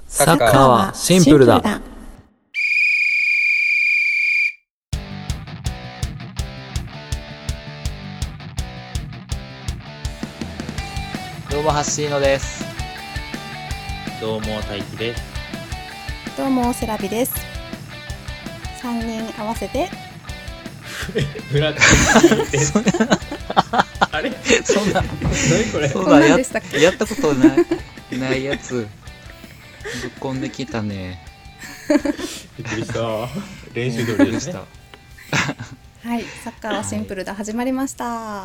サッカーはシンプルだ。 どうもハッシーノです。 どうも大輝です。 どうもセラビです。3人合わせてブラックです。あれそんな何これ。 そうこんなんでしたっけやったことないやつぶっこんできたね。 びっくりした。練習通りでした。 はい、サッカーはシンプルだ、始まりました。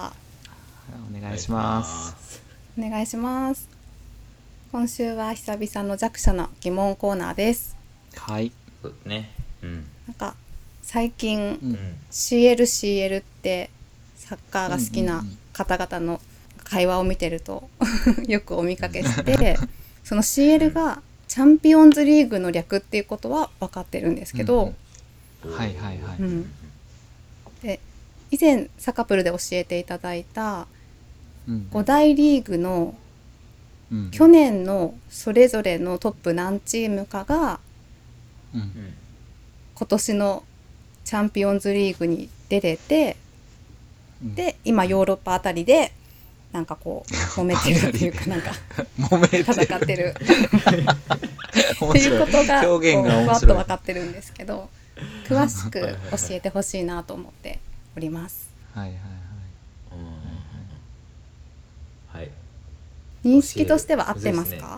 お願いします。 お願いします。今週は久々の弱者の疑問コーナーです。 はい。 そうですね。 なんか最近、 うん CL ってサッカーが好きな方々の会話を見てるとよくお見かけしてその CL がチャンピオンズリーグの略っていうことは分かってるんですけど、 はいはいはい。 で以前サカプルで教えていただいたうん 5大リーグのうん去年のそれぞれのトップ何チームかがうん今年のチャンピオンズリーグに出れて、で今ヨーロッパあたりでなんかこう揉めてるっていうかなんか揉めてる戦ってる面っていう白いことがこう表現がふわっと面白い。 分かってるんですけど、詳しく教えてほしいなと思っております。 はいはいはい。 認識としては合ってますか？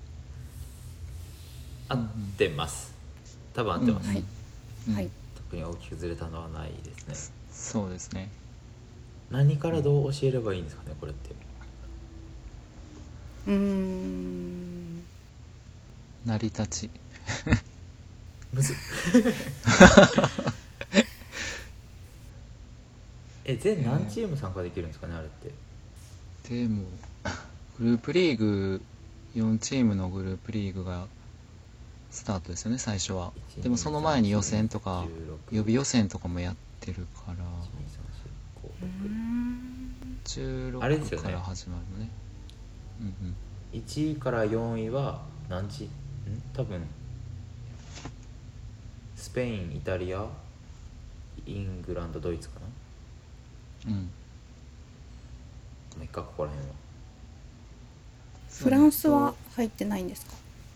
合ってます。多分合ってます。 はい、 うんはい。 特に大きくずれたのはないですね。 そうですね。 何からどう教えればいいんですかね、これって。 成り立ち。 むずっ。全何チーム参加できるんですかね、あれって。 でもグループリーグ4チームのグループリーグがスタートですよね、最初は。でもその前に予選とか予備予選とかもやってるからあれですよね 16から始まるのね。 1位から4位は何チーム？多分スペイン、イタリア、イングランド、ドイツかな。 うんもう一回ここら辺はフランスは入ってないんですか？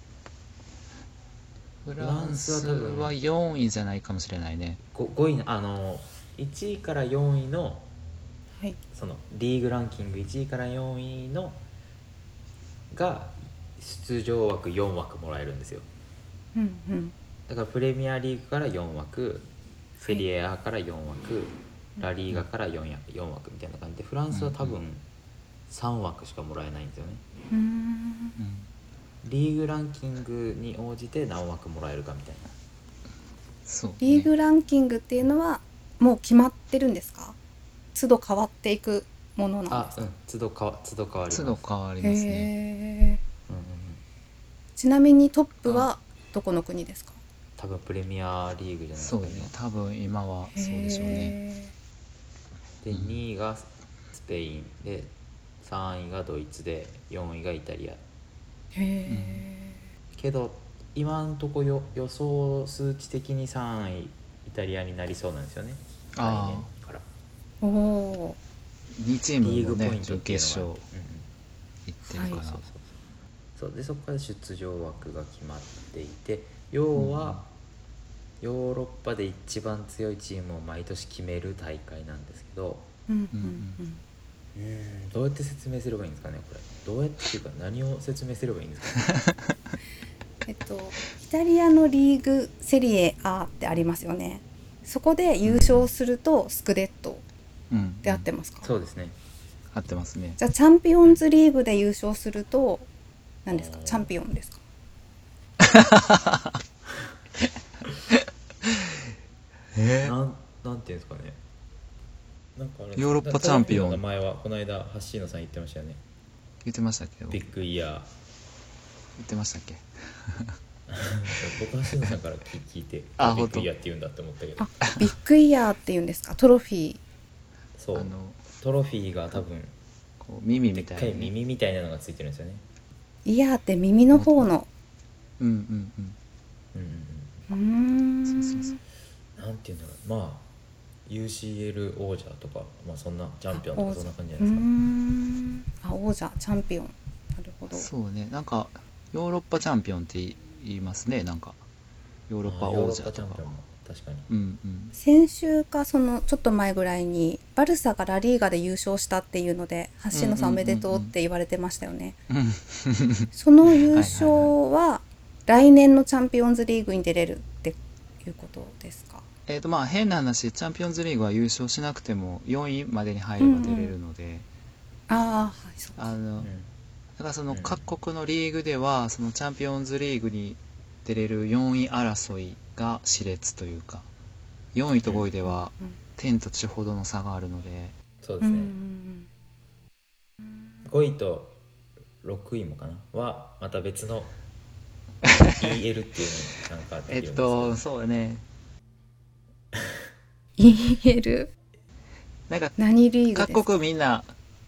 フランスは4位じゃないかもしれないね。 5位の1位から4位のはい。 そのリーグランキング1位から4位のが出場枠4枠もらえるんですよ。だからプレミアリーグから4枠、セリエ A から4枠、ラリーガから4枠みたいな感じで、フランスは多分3枠しかもらえないんですよね。リーグランキングに応じて何枠もらえるかみたいな。 そうね、 リーグランキングっていうのはもう決まってるんですか？都度変わっていくものなんですか？ 都度変わります。 都度変わりますね。 へー。ちなみにトップはどこの国ですか？ 多分プレミアリーグじゃないですかね。 そうね、多分今はそうでしょうね。 で2位がスペインで、3位がドイツで、4位がイタリア。けど今のとこ予想数値的に3位イタリアになりそうなんですよね、来年から。 おー。 2チームもリーグポイねントっていう決のが勝行ってるから、 そうで、そこから出場枠が決まっていて、要は、ヨーロッパで一番強いチームを毎年決める大会なんですけど、どうやって説明すればいいんですかね、これ。どうやってっていうか、何を説明すればいいんですかね。 イタリアのリーグセリエ A ってありますよね。そこで優勝するとスクデットで合ってますか？ そうですね、 合ってますね。 じゃあチャンピオンズリーグで優勝すると何ですか？チャンピオンですか？ なんていうんですかね。なんかあれヨーロッパチャンピオンの名前はこの間ハッシーノさん言ってましたよね。 言ってましたっけど、 ビッグイヤー。 言ってましたっけ僕ハッシーノさんから聞いて、ビッグイヤーって言うんだって思ったけど。 ビッグイヤーって言うんですか？トロフィー。 そう、トロフィーが多分こう耳みたいな、 でっかい耳みたいなのがついてるんですよね。 イヤーって耳の方のうんうんうんうんうんうんそうそうそうなんていうんだろう、まあ UCL 王者とか、まあ、そんなチャンピオンとかそんな感じじゃないですかね。 王者チャンピオン、なるほど。 そうね、なんかヨーロッパチャンピオンって言いますね。なんかヨーロッパヨーロッ王者とか。 パチャンピオンも確かに。 うんうん先週かそのちょっと前ぐらいにバルサがラリーガで優勝したっていうので、橋野さんおめでとうって言われてましたよね。その優勝は来年のチャンピオンズリーグに出れるっていうことですか？ まあ変な話、チャンピオンズリーグは優勝しなくても4位までに入れば出れるので、 ああ、はい、そうか。 だからその各国のリーグではそのチャンピオンズリーグに出れる4位争いが熾烈というか、4位と5位では天と地ほどの差があるので、 そうですね、5位と6位もかなはまた別の EL っていうのに参加できるんですけどそうだね、 言える。 なんか何リーグですか？ 各国みんな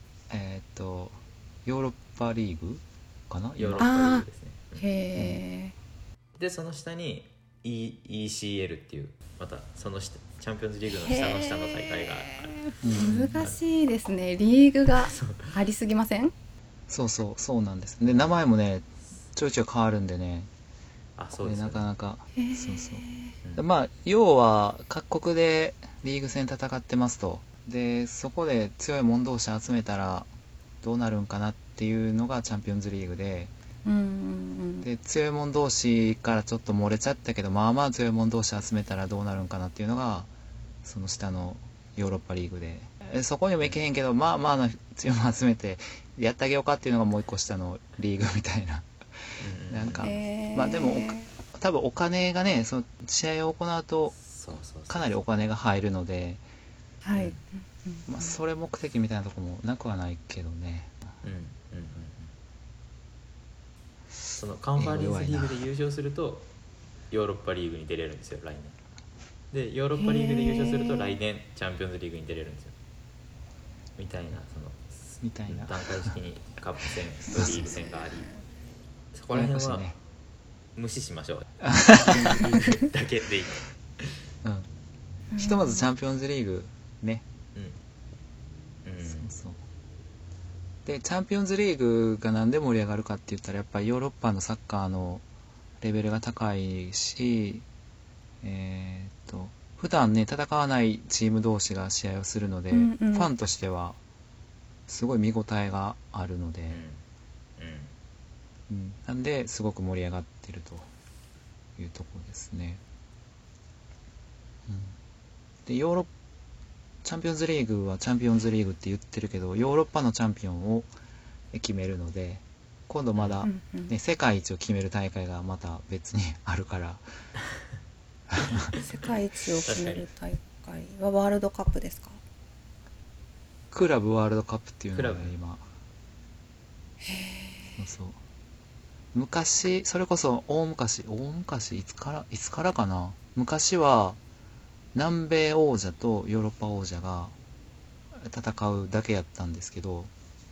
ヨーロッパリーグかな、 ヨーロッパリーグですね。 へえ。 でその下に ECL っていうまたその下チャンピオンズリーグの下の下の大会がある。 難しいですね。リーグがありすぎません？ そうなんです。で名前もねちょいちょい変わるんでね、 あ、そうですよね。 なかなかそうまあ要は各国でリーグ戦戦ってますと、でそこで強い者同士集めたらどうなるんかなっていうのがチャンピオンズリーグで、で強い者同士からちょっと漏れちゃったけど、まあまあ強い者同士集めたらどうなるんかなっていうのがその下のヨーロッパリーグで、そこにも行けへんけどまあまあの強い者集めてやってあげようかっていうのがもう一個下のリーグみたいななんかまあでも多分お金がね、その試合を行うとかなりお金が入るので、 はい。 まあ、それ目的みたいなところもなくはないけどね。 そのカンファレンスリーグで優勝するとヨーロッパリーグに出れるんですよ、来年で。ヨーロッパリーグで優勝すると来年チャンピオンズリーグに出れるんですよ、みたいな、その段階式にカップ戦とリーグ戦があり、そこら辺は無視しましょうだけでいい。 ひとまずチャンピオンズリーグね。そうでチャンピオンズリーグがなんで盛り上がるかって言ったら、やっぱりヨーロッパのサッカーのレベルが高いし、普段ね戦わないチーム同士が試合をするので、ファンとしてはすごい見応えがあるので、なんですごく盛り上がってるというところですね。でヨーロッパチャンピオンズリーグはチャンピオンズリーグって言ってるけど、ヨーロッパのチャンピオンを決めるので、今度まだ、ね世界一を決める大会がまた別にあるから世界一を決める大会はワールドカップですか？ クラブワールドカップっていうのがね今、そう昔、それこそ大昔いつからかな、昔は南米王者とヨーロッパ王者が戦うだけやったんですけど、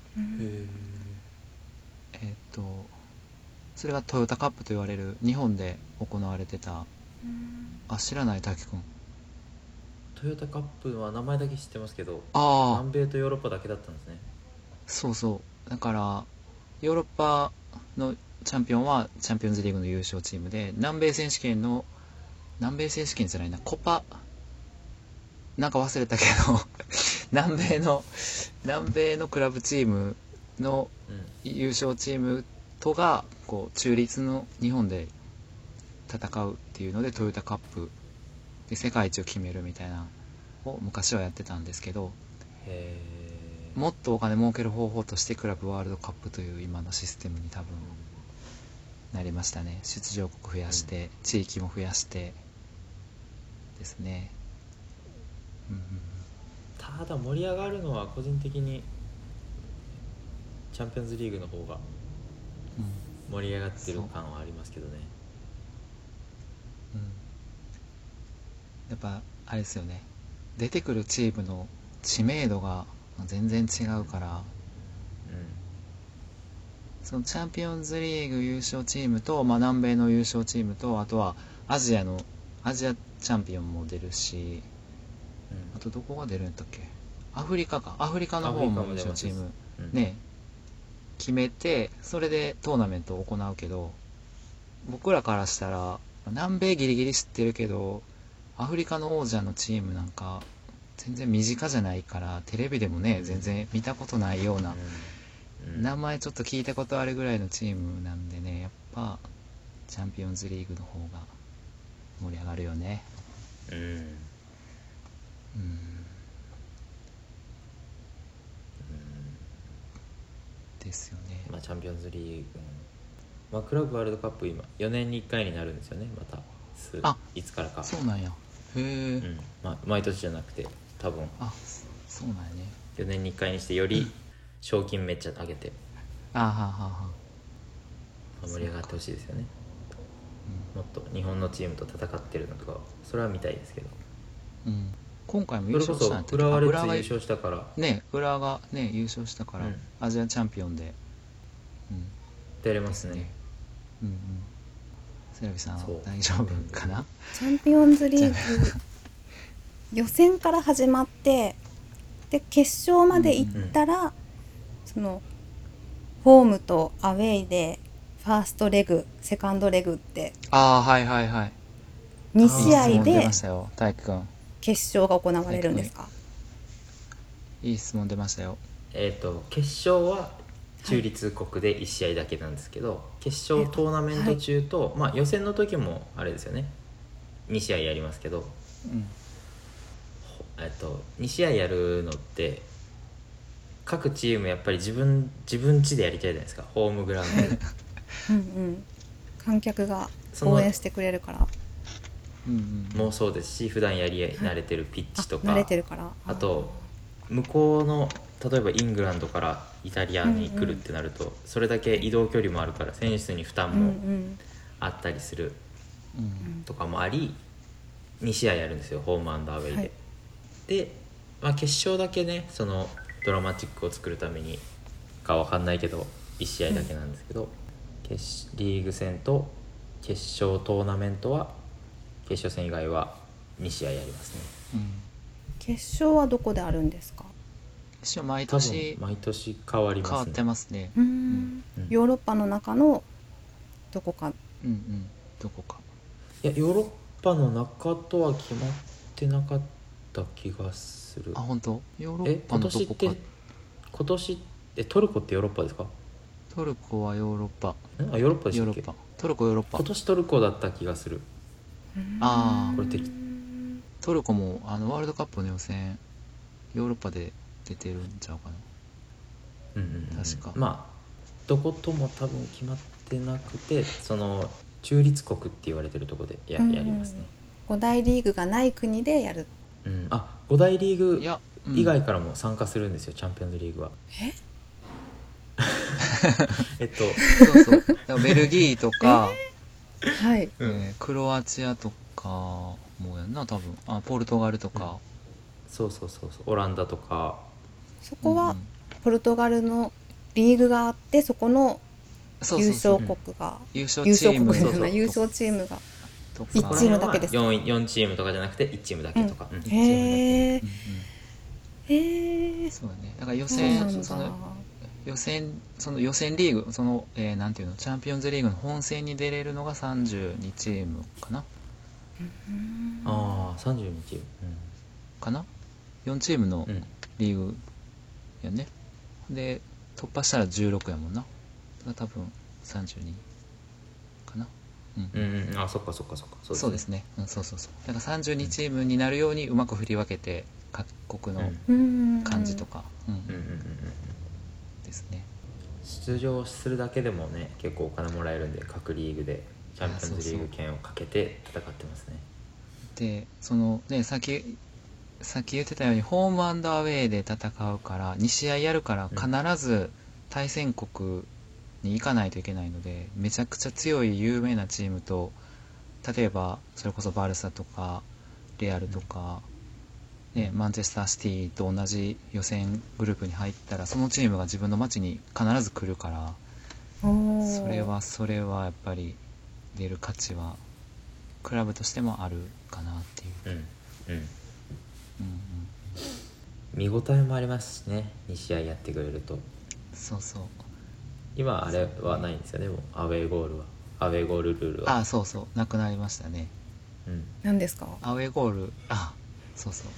それがトヨタカップと言われる日本で行われてた、知らない滝くん。 トヨタカップは名前だけ知ってますけど、 ああ、 南米とヨーロッパだけだったんですね。 そうだからヨーロッパのチャンピオンはチャンピオンズリーグの優勝チームで、南米選手権じゃないな、コパなんか忘れたけど南米のクラブチームの優勝チームとがこう中立の日本で戦うっていうのでトヨタカップで世界一を決めるみたいなのを昔はやってたんですけど、もっとお金儲ける方法としてクラブワールドカップという今のシステムに多分なりましたね。出場国増やして、地域も増やしてですね。 ただ盛り上がるのは個人的にチャンピオンズリーグの方が盛り上がってる感はありますけどね。 やっぱあれですよね、出てくるチームの知名度が全然違うから、 そのチャンピオンズリーグ優勝チームと、まあ、南米の優勝チームと、あとはアジアチャンピオンも出るし、あとどこが出るんだっけ、アフリカの方も優勝チームね決めて、それでトーナメントを行うけど、僕らからしたら南米ギリギリ知ってるけど、アフリカの王者のチームなんか全然身近じゃないから、テレビでもね全然見たことないような、名前ちょっと聞いたことあるぐらいのチームなんでね、やっぱチャンピオンズリーグの方が盛り上がるよね。ですよね。 まあ、チャンピオンズリーグ、まあ、クラブワールドカップ今4年に1回になるんですよね。またいつからか。 そうなんや。へえ、 まあ、毎年じゃなくて多分そうなんやね。 4年に1回にしてより賞金めっちゃ上げて盛り上がってほしいですよね。もっと日本のチームと戦ってるのとかそれは見たいですけど、 今回も優勝したんやったっけ。 浦和レッズ優勝したからね、浦和がね優勝したから、アジアチャンピオンで出れますね。 セラビさん大丈夫かな。 チャンピオンズリーグ予選から始まって、で決勝まで行ったら、そのホームとアウェイでファーストレグセカンドレグって2試合で決勝が行われるんですか。 いい質問出ましたよ。 決勝は中立国で1試合だけなんですけど、決勝トーナメント中と、まあ、予選の時もあれですよね、2試合やりますけど、2試合やるのって各チームやっぱり自分家でやりたいじゃないですか、ホームグラウンドで観客が応援してくれるからもうそうですし、普段やり慣れてるピッチとか、 慣れてるから、 あと向こうの例えばイングランドからイタリアに来るってなると、それだけ移動距離もあるから選手に負担もあったりするとかもあり、2試合やるんですよ、ホームアンドアウェイで。で、まあ、決勝だけね、そのドラマチックを作るためにかわかんないけど1試合だけなんですけど、リーグ戦と決勝トーナメントは決勝戦以外は2試合やりますね。 決勝はどこであるんですか。 決勝毎年変わりますね。 変わってますね。 ヨーロッパの中のどこか。 どこか。 いや、ヨーロッパの中とは決まってなかった気がする。 本当？ヨーロッパのどこか。 今年トルコってヨーロッパですか。 トルコはヨーロッパ。 ヨーロッパでしたっけ。 トルコヨーロッパ。 今年トルコだった気がする。これトルコもワールドカップの予選ヨーロッパで出てるんちゃうかな。確か。 まあどことも多分決まってなくて、その中立国って言われてるところでやりますね。 5大リーグがない国でやる。 5大リーグ以外からも参加するんですよ、チャンピオンズリーグは。 そうベルギーとか、クロアチアとかもやんな多分。ポルトガルとか、 そうオランダとか。 そこはポルトガルのリーグがあって、そこの優勝国が優勝チームが1チームだけですか。 4チームとかじゃなくて1チームだけとか。 へえ。 そうね。だから予選その予選リーグ、なんていうの、チャンピオンズリーグの本戦に出れるのが32チームかな。 32チーム、 かな。4チームのリーグやね。で突破したら16やもんな。だから多分32かな。 そっかそうですね。そうだから32チームになるようにうまく振り分けて、各国の感じとかですね。 出場するだけでもね、結構お金もらえるんで、各リーグでチャンピオンズリーグ権をかけて戦ってますね。 でそのね、さっき言ってたようにホームアンドアウェイで戦うから2試合やるから、必ず対戦国に行かないといけないので、めちゃくちゃ強い有名なチームと、例えばそれこそバルサとかレアルとか、マンチェスターシティと同じ予選グループに入ったら、そのチームが自分の街に必ず来るから、 おーそれはやっぱり出る価値はクラブとしてもあるかなっていう、 うんうんうん見応えもありますしね、2試合やってくれると。 そうそう。 今あれはないんですよね、もうアウェーゴールルールは。 あ、そうそう、なくなりましたね。 うん何ですか？ アウェーゴール、そうそう、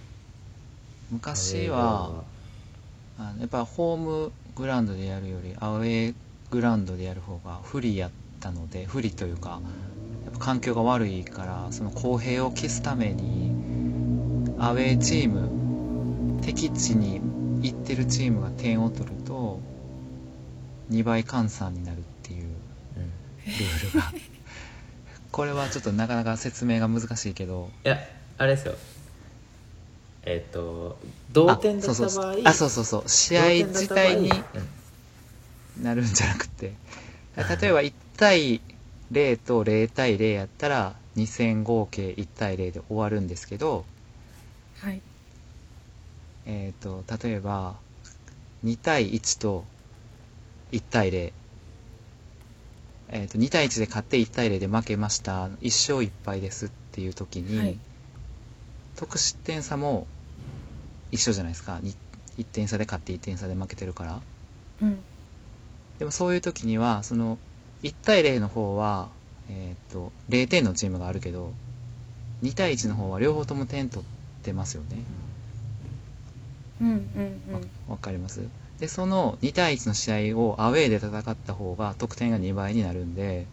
昔アウェーゴールはやっぱホームグラウンドでやるよりアウェーグラウンドでやる方が不利やったので、不利というかやっぱ環境が悪いから、その公平を期すためにアウェーチーム、敵地に行ってるチームが点を取ると2倍換算になるっていうルールがこれはちょっとなかなか説明が難しいけど、 いやあれですよ、同点だった場合、 そう試合自体になるんじゃなくて、例えば1対0と0対0やったら2戦合計1対0で終わるんですけど、 はい。 例えば2対1と1対0、2対1で勝って1対0で負けました、1勝1敗ですっていう時に、 はい。 得失点差も一緒じゃないですか。1点差で勝って1点差で負けてるから。 うん。 でもそういう時にはその1対0の方は、0点のチームがあるけど、2対1の方は両方とも点取ってますよね。 うんうんうん。 わかります？でその2対1の試合をアウェーで戦った方が得点が2倍になるんで、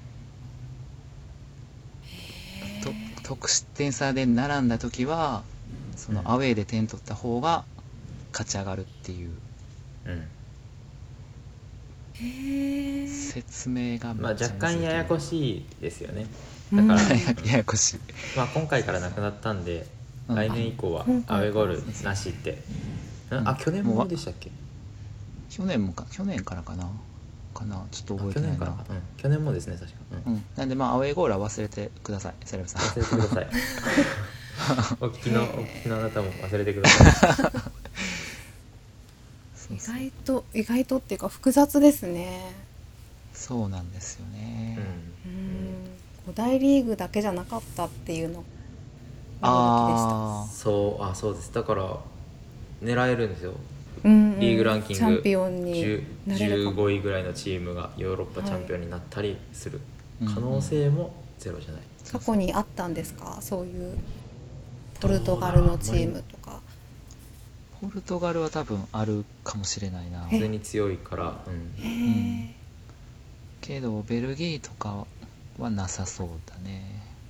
得失点差で並んだ時はそのアウェーで点取った方が勝ち上がるっていううんへえ。 説明がまあ若干ややこしいですよね。 うんだから、 ややこしい。 まあ今回からなくなったんで、 うん来年以降はうんアウェーゴールなしって、去年もでしたっけ？ 去年からかなちょっと覚えてないな。 去年もですね、確か。 なんでまあアウェーゴールは忘れてください、セレブさん。 忘れてください。お聞きのあなたも忘れてください。 意外とっていうか複雑ですね。 そうなんですよね。 5大リーグだけじゃなかったっていうのが驚きでした。 そうです。だから狙えるんですよ。 うんうん、 リーグランキングチャンピオンになれるかも。 15位ぐらいのチームがヨーロッパチャンピオンになったりする可能性もゼロじゃない。 過去にあったんですか、そういうポルトガルのチームとか。 ポルトガルは多分あるかもしれないな。 普通に強いから、 へえ。 けどベルギーとかはなさそうだね。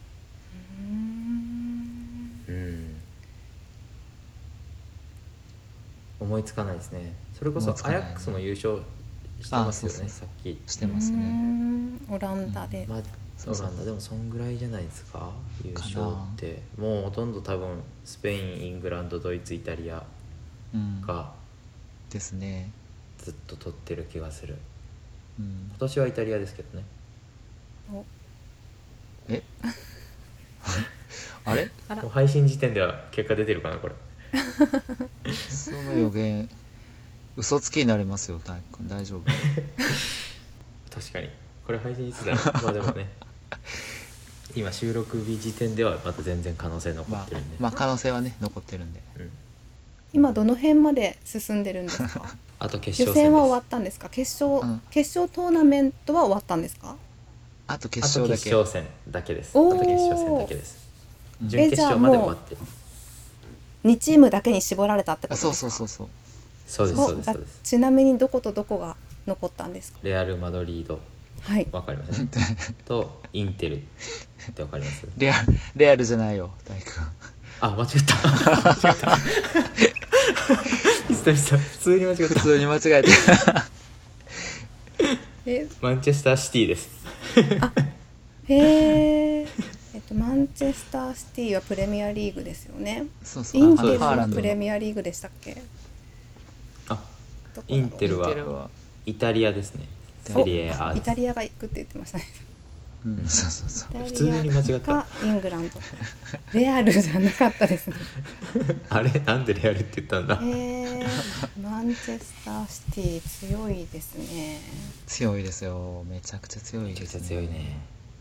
思いつかないですね。それこそアヤックスも優勝してますよね。さっきしてますね。 オランダで、 オランダでもそんぐらいじゃないですか、優勝って。もうほとんど多分スペイン、イングランド、ドイツ、イタリアがですね。 ずっと取ってる気がする。 今年はイタリアですけどね。 あれもう配信時点では結果出てるかな、これ。 その予言嘘つきになりますよ、大君。大丈夫？ 確かにこれ配信いつだろう。まあでもね今収録日時点ではまた全然可能性残ってるんで、 まあ可能性はね残ってるんで、 今どの辺まで進んでるんですか？ あと決予勝戦です。 選は終わったんですか？決勝トーナメントは終わったんですか？ あと決勝だけ。 決勝戦だけです。あおーと決勝戦だけです。準決勝まで終わってる。 2チームだけに絞られたってことですか？ そうそうですそうですそうです。 ちなみにどことどこが残ったんですか？ レアル・マドリード、 はい。 わかりますねとインテルってわかります？ レアルじゃないよ、大君。 あ、間違った間違った普通に間違った。 普通に間違えた。 マンチェスターシティです。 へえ。マンチェスターシティはプレミアリーグですよね。 そうそう。 インテルはハーランドのプレミアリーグでしたっけ？ インテルはイタリアですね。セリエ A イタリアが行くって言ってましたね。 そう普通に間違った。 かイングランド。レアルじゃなかったですね。 あれなんでレアルって言ったんだ。 へマンチェスターシティ強いですね。 強いですよ、めちゃくちゃ強いめちゃくちゃですね。 強いね。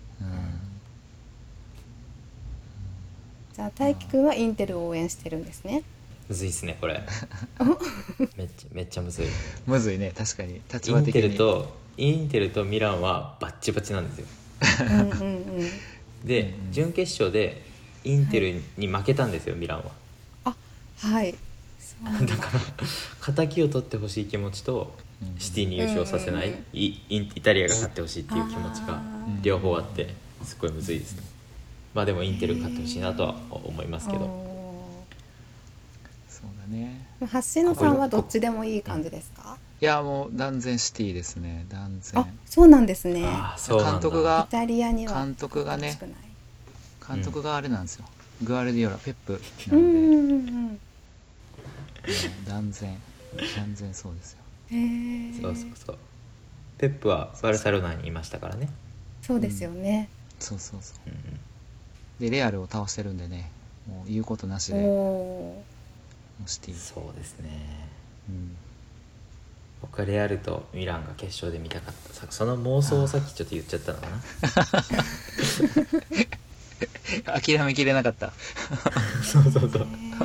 じゃあ大輝くんはインテルを応援してるんですね。 むずいっすねこれめっちゃむずい。 むずいね、確かに立イン場的に。 テルとミランはバッチバチなんですよ。 うんうんうん。 で、準決勝でインテルに負けたんですよ、ミランは。 あ、はい。そうなんだ。 だから敵を取ってほしい気持ちとシティに優勝させない、イタリアが勝ってほしいっていう気持ちが両方あってすごいむずいですね。まあでもインテル勝ってほしいなとは思いますけど。 そうだね。 橋野さんはどっちでもいい感じですか？ いやもう断然シティですね、断然。 あ、そうなんですね。 あ、そうなんだ。 イタリアには監督がね欲しくない。 監督があれなんですよ、グアルディオラ、ペップうなので、 んうんうん。 断然そうですよ。 へえ。 そうそうそう。ペップはバルセロナにいましたからね。 そうですよね。 そうそうそう。 うんでレアルを倒してるんでね、もう言うことなしで、もおうシティ。 そうですね。 うん僕はレアルとミランが決勝で見たかった。その妄想をさっきちょっと言っちゃったのかな。 諦めきれなかった。 そうそうそう。 ー。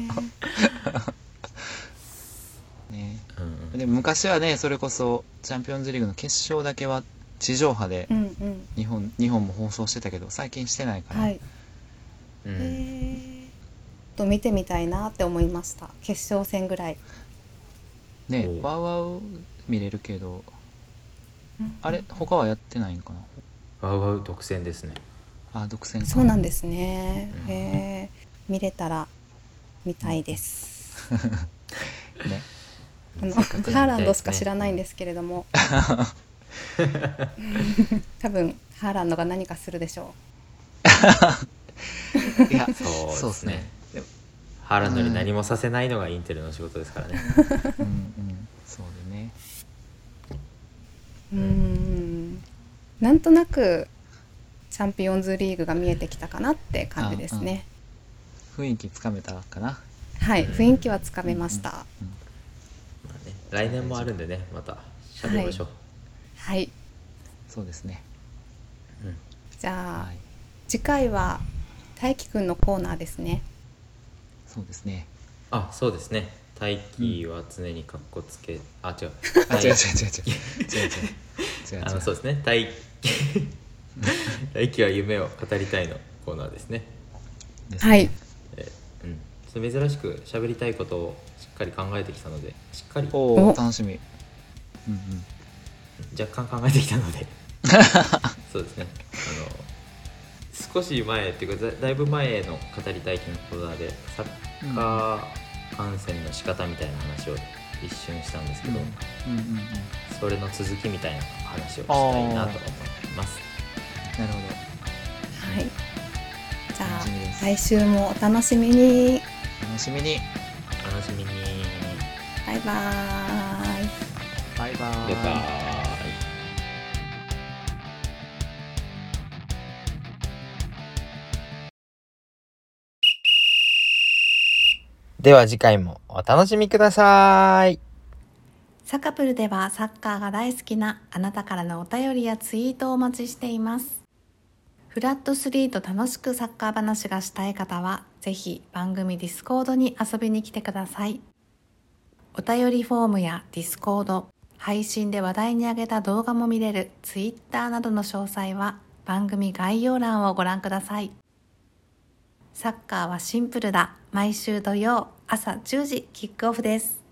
ね、 うんでも昔はね、それこそチャンピオンズリーグの決勝だけは地上波でうんうん。 日本も放送してたけど、最近してないから、 はい。 うんへえ。と見てみたいなって思いました。決勝戦ぐらい。 ね、 おうワウワウ見れるけど、 うんあれ他はやってないんかな。 ワウワウ独占ですね。 あ、独占か。 そうなんですね。 うんへえ。見れたら見たいです。 ね。 ハーランドしか知らないんですけれども、多分ハーランドが何かするでしょいや、 そうですね。 でもハーランドに何もさせないのがインテルの仕事ですからね。 そうだね。 う。なんとなくチャンピオンズリーグが見えてきたかなって感じですね。 雰囲気つかめたかな。 はい、雰囲気はつかめました。 まあね、来年もあるんでね、また喋りましょう。 はい、 そうですね。 じゃあ、 はい。 次回は大輝くんのコーナーですね。 そうですね。 あ、そうですね。大輝は常にカッコつけ、あ、違う。 あ、違う。 そうですね。大輝は夢を語りたいのコーナーですね。 はい、 ちょっと珍しく喋りたいことをしっかり考えてきたので、しっかりおー、楽しみ。 若干考えてきたのでそうですね。少し前っていうかだいぶ前の語りたい気のコーナーでサッカー観戦の仕方みたいな話を一瞬したんですけど、それの続きみたいな話をしたいなと思います。 なるほど。 はい。じゃあ楽しみです来週もお楽しみに。 楽しみに。 楽しみに。 バイバーイ。 バイバーイ。 バイバーイ。 では次回もお楽しみください。 サカプルではサッカーが大好きなあなたからのお便りやツイートをお待ちしています。フラット3と楽しくサッカー話がしたい方はぜひ番組ディスコードに遊びに来てください。お便りフォームやディスコード、配信で話題に上げた動画も見れるツイッターなどの詳細は番組概要欄をご覧ください。サッカーはシンプルだ。毎週土曜朝10時キックオフです。